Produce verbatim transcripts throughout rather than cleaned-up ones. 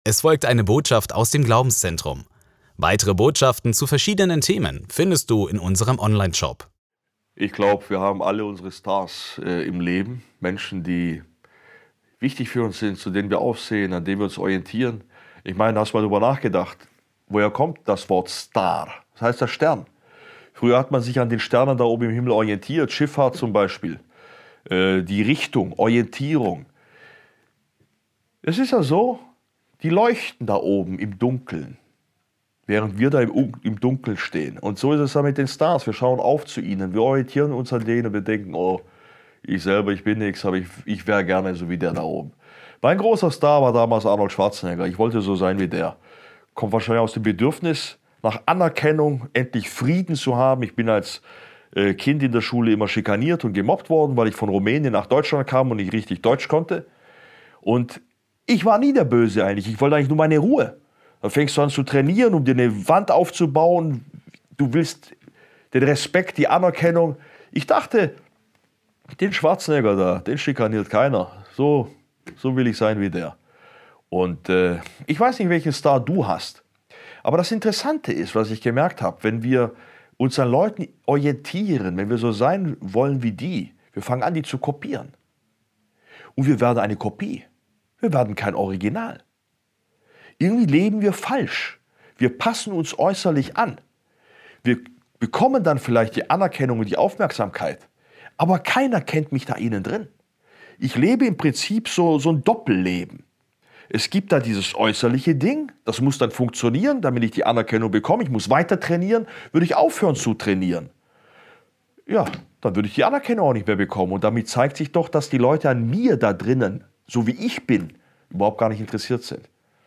Es folgt eine Botschaft aus dem Glaubenszentrum. Weitere Botschaften zu verschiedenen Themen findest du in unserem Onlineshop. Ich glaube, wir haben alle unsere Stars äh, im Leben. Menschen, die wichtig für uns sind, zu denen wir aufsehen, an denen wir uns orientieren. Ich meine, hast du mal darüber nachgedacht, woher kommt das Wort Star? Das heißt der Stern. Früher hat man sich an den Sternen da oben im Himmel orientiert, Schifffahrt zum Beispiel. Äh, die Richtung, Orientierung. Es ist ja so, die leuchten da oben im Dunkeln, während wir da im, im Dunkeln stehen. Und so ist es ja mit den Stars. Wir schauen auf zu ihnen, wir orientieren uns an denen, wir denken, oh, ich selber, ich bin nichts, aber ich, ich wäre gerne so wie der da oben. Mein großer Star war damals Arnold Schwarzenegger. Ich wollte so sein wie der. Kommt wahrscheinlich aus dem Bedürfnis nach Anerkennung, endlich Frieden zu haben. Ich bin als äh, Kind in der Schule immer schikaniert und gemobbt worden, weil ich von Rumänien nach Deutschland kam und nicht richtig Deutsch konnte. Und ich war nie der Böse eigentlich. Ich wollte eigentlich nur meine Ruhe. Dann fängst du an zu trainieren, um dir eine Wand aufzubauen. Du willst den Respekt, die Anerkennung. Ich dachte, den Schwarzenegger da, den schikaniert keiner. So, so will ich sein wie der. Und äh, ich weiß nicht, welchen Star du hast. Aber das Interessante ist, was ich gemerkt habe, wenn wir uns an Leuten orientieren, wenn wir so sein wollen wie die, wir fangen an, die zu kopieren. Und wir werden eine Kopie. Wir werden kein Original. Irgendwie leben wir falsch. Wir passen uns äußerlich an. Wir bekommen dann vielleicht die Anerkennung und die Aufmerksamkeit. Aber keiner kennt mich da innen drin. Ich lebe im Prinzip so, so ein Doppelleben. Es gibt da dieses äußerliche Ding, das muss dann funktionieren, damit ich die Anerkennung bekomme. Ich muss weiter trainieren. Würde ich aufhören zu trainieren, ja, dann würde ich die Anerkennung auch nicht mehr bekommen. Und damit zeigt sich doch, dass die Leute an mir da drinnen, so wie ich bin, überhaupt gar nicht interessiert sind.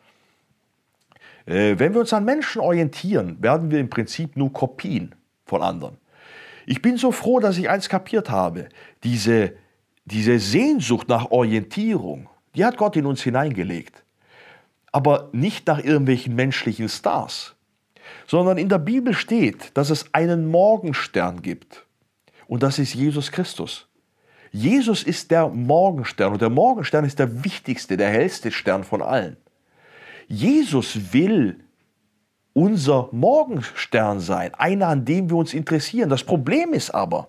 Äh, wenn wir uns an Menschen orientieren, werden wir im Prinzip nur Kopien von anderen. Ich bin so froh, dass ich eins kapiert habe. Diese, diese Sehnsucht nach Orientierung, die hat Gott in uns hineingelegt. Aber nicht nach irgendwelchen menschlichen Stars, sondern in der Bibel steht, dass es einen Morgenstern gibt. Und das ist Jesus Christus. Jesus ist der Morgenstern und der Morgenstern ist der wichtigste, der hellste Stern von allen. Jesus will unser Morgenstern sein, einer, an dem wir uns interessieren. Das Problem ist aber,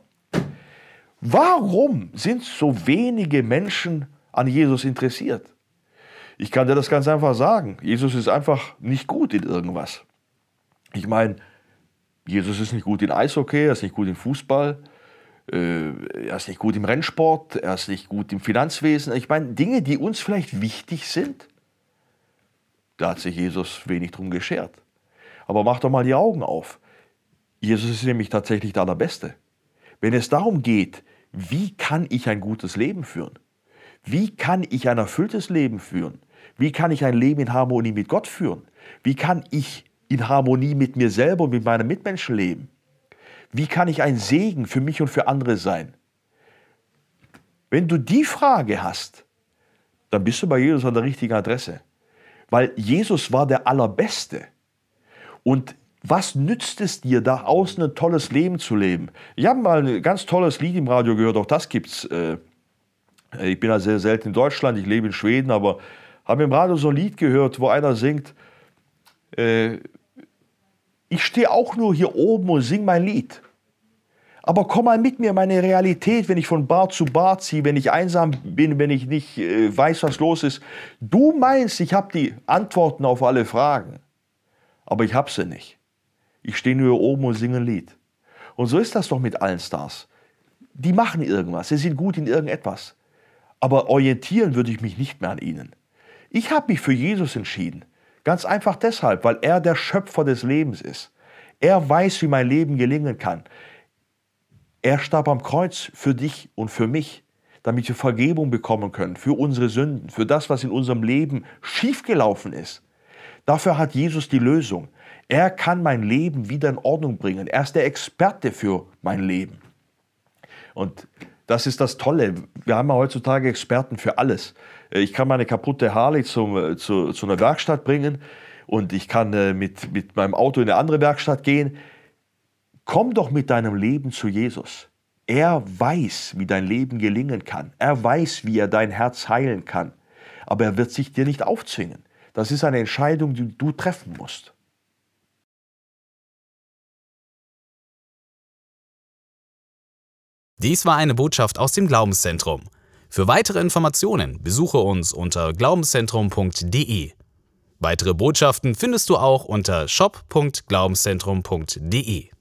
warum sind so wenige Menschen an Jesus interessiert? Ich kann dir das ganz einfach sagen. Jesus ist einfach nicht gut in irgendwas. Ich meine, Jesus ist nicht gut in Eishockey, er ist nicht gut in Fußball, er ist nicht gut im Rennsport, er ist nicht gut im Finanzwesen. Ich meine, Dinge, die uns vielleicht wichtig sind, da hat sich Jesus wenig drum geschert. Aber mach doch mal die Augen auf. Jesus ist nämlich tatsächlich der Allerbeste. Wenn es darum geht, wie kann ich ein gutes Leben führen? Wie kann ich ein erfülltes Leben führen? Wie kann ich ein Leben in Harmonie mit Gott führen? Wie kann ich in Harmonie mit mir selber und mit meinen Mitmenschen leben? Wie kann ich ein Segen für mich und für andere sein? Wenn du die Frage hast, dann bist du bei Jesus an der richtigen Adresse. Weil Jesus war der Allerbeste. Und was nützt es dir, da außen ein tolles Leben zu leben? Ich habe mal ein ganz tolles Lied im Radio gehört, auch das gibt's. Ich bin ja sehr selten in Deutschland, ich lebe in Schweden, aber habe im Radio so ein Lied gehört, wo einer singt, ich stehe auch nur hier oben und sing mein Lied. Aber komm mal mit mir in meine Realität, wenn ich von Bar zu Bar ziehe, wenn ich einsam bin, wenn ich nicht äh, weiß, was los ist. Du meinst, ich habe die Antworten auf alle Fragen. Aber ich habe sie nicht. Ich stehe nur hier oben und singe ein Lied. Und so ist das doch mit allen Stars. Die machen irgendwas, sie sind gut in irgendetwas. Aber orientieren würde ich mich nicht mehr an ihnen. Ich habe mich für Jesus entschieden. Ganz einfach deshalb, weil er der Schöpfer des Lebens ist. Er weiß, wie mein Leben gelingen kann. Er starb am Kreuz für dich und für mich, damit wir Vergebung bekommen können, für unsere Sünden, für das, was in unserem Leben schiefgelaufen ist. Dafür hat Jesus die Lösung. Er kann mein Leben wieder in Ordnung bringen. Er ist der Experte für mein Leben. Und das ist das Tolle. Wir haben ja heutzutage Experten für alles. Ich kann meine kaputte Harley zum, zu, zu einer Werkstatt bringen und ich kann mit, mit meinem Auto in eine andere Werkstatt gehen. Komm doch mit deinem Leben zu Jesus. Er weiß, wie dein Leben gelingen kann. Er weiß, wie er dein Herz heilen kann. Aber er wird sich dir nicht aufzwingen. Das ist eine Entscheidung, die du treffen musst. Dies war eine Botschaft aus dem Glaubenszentrum. Für weitere Informationen besuche uns unter glaubenszentrum punkt de. Weitere Botschaften findest du auch unter shop punkt glaubenszentrum punkt de.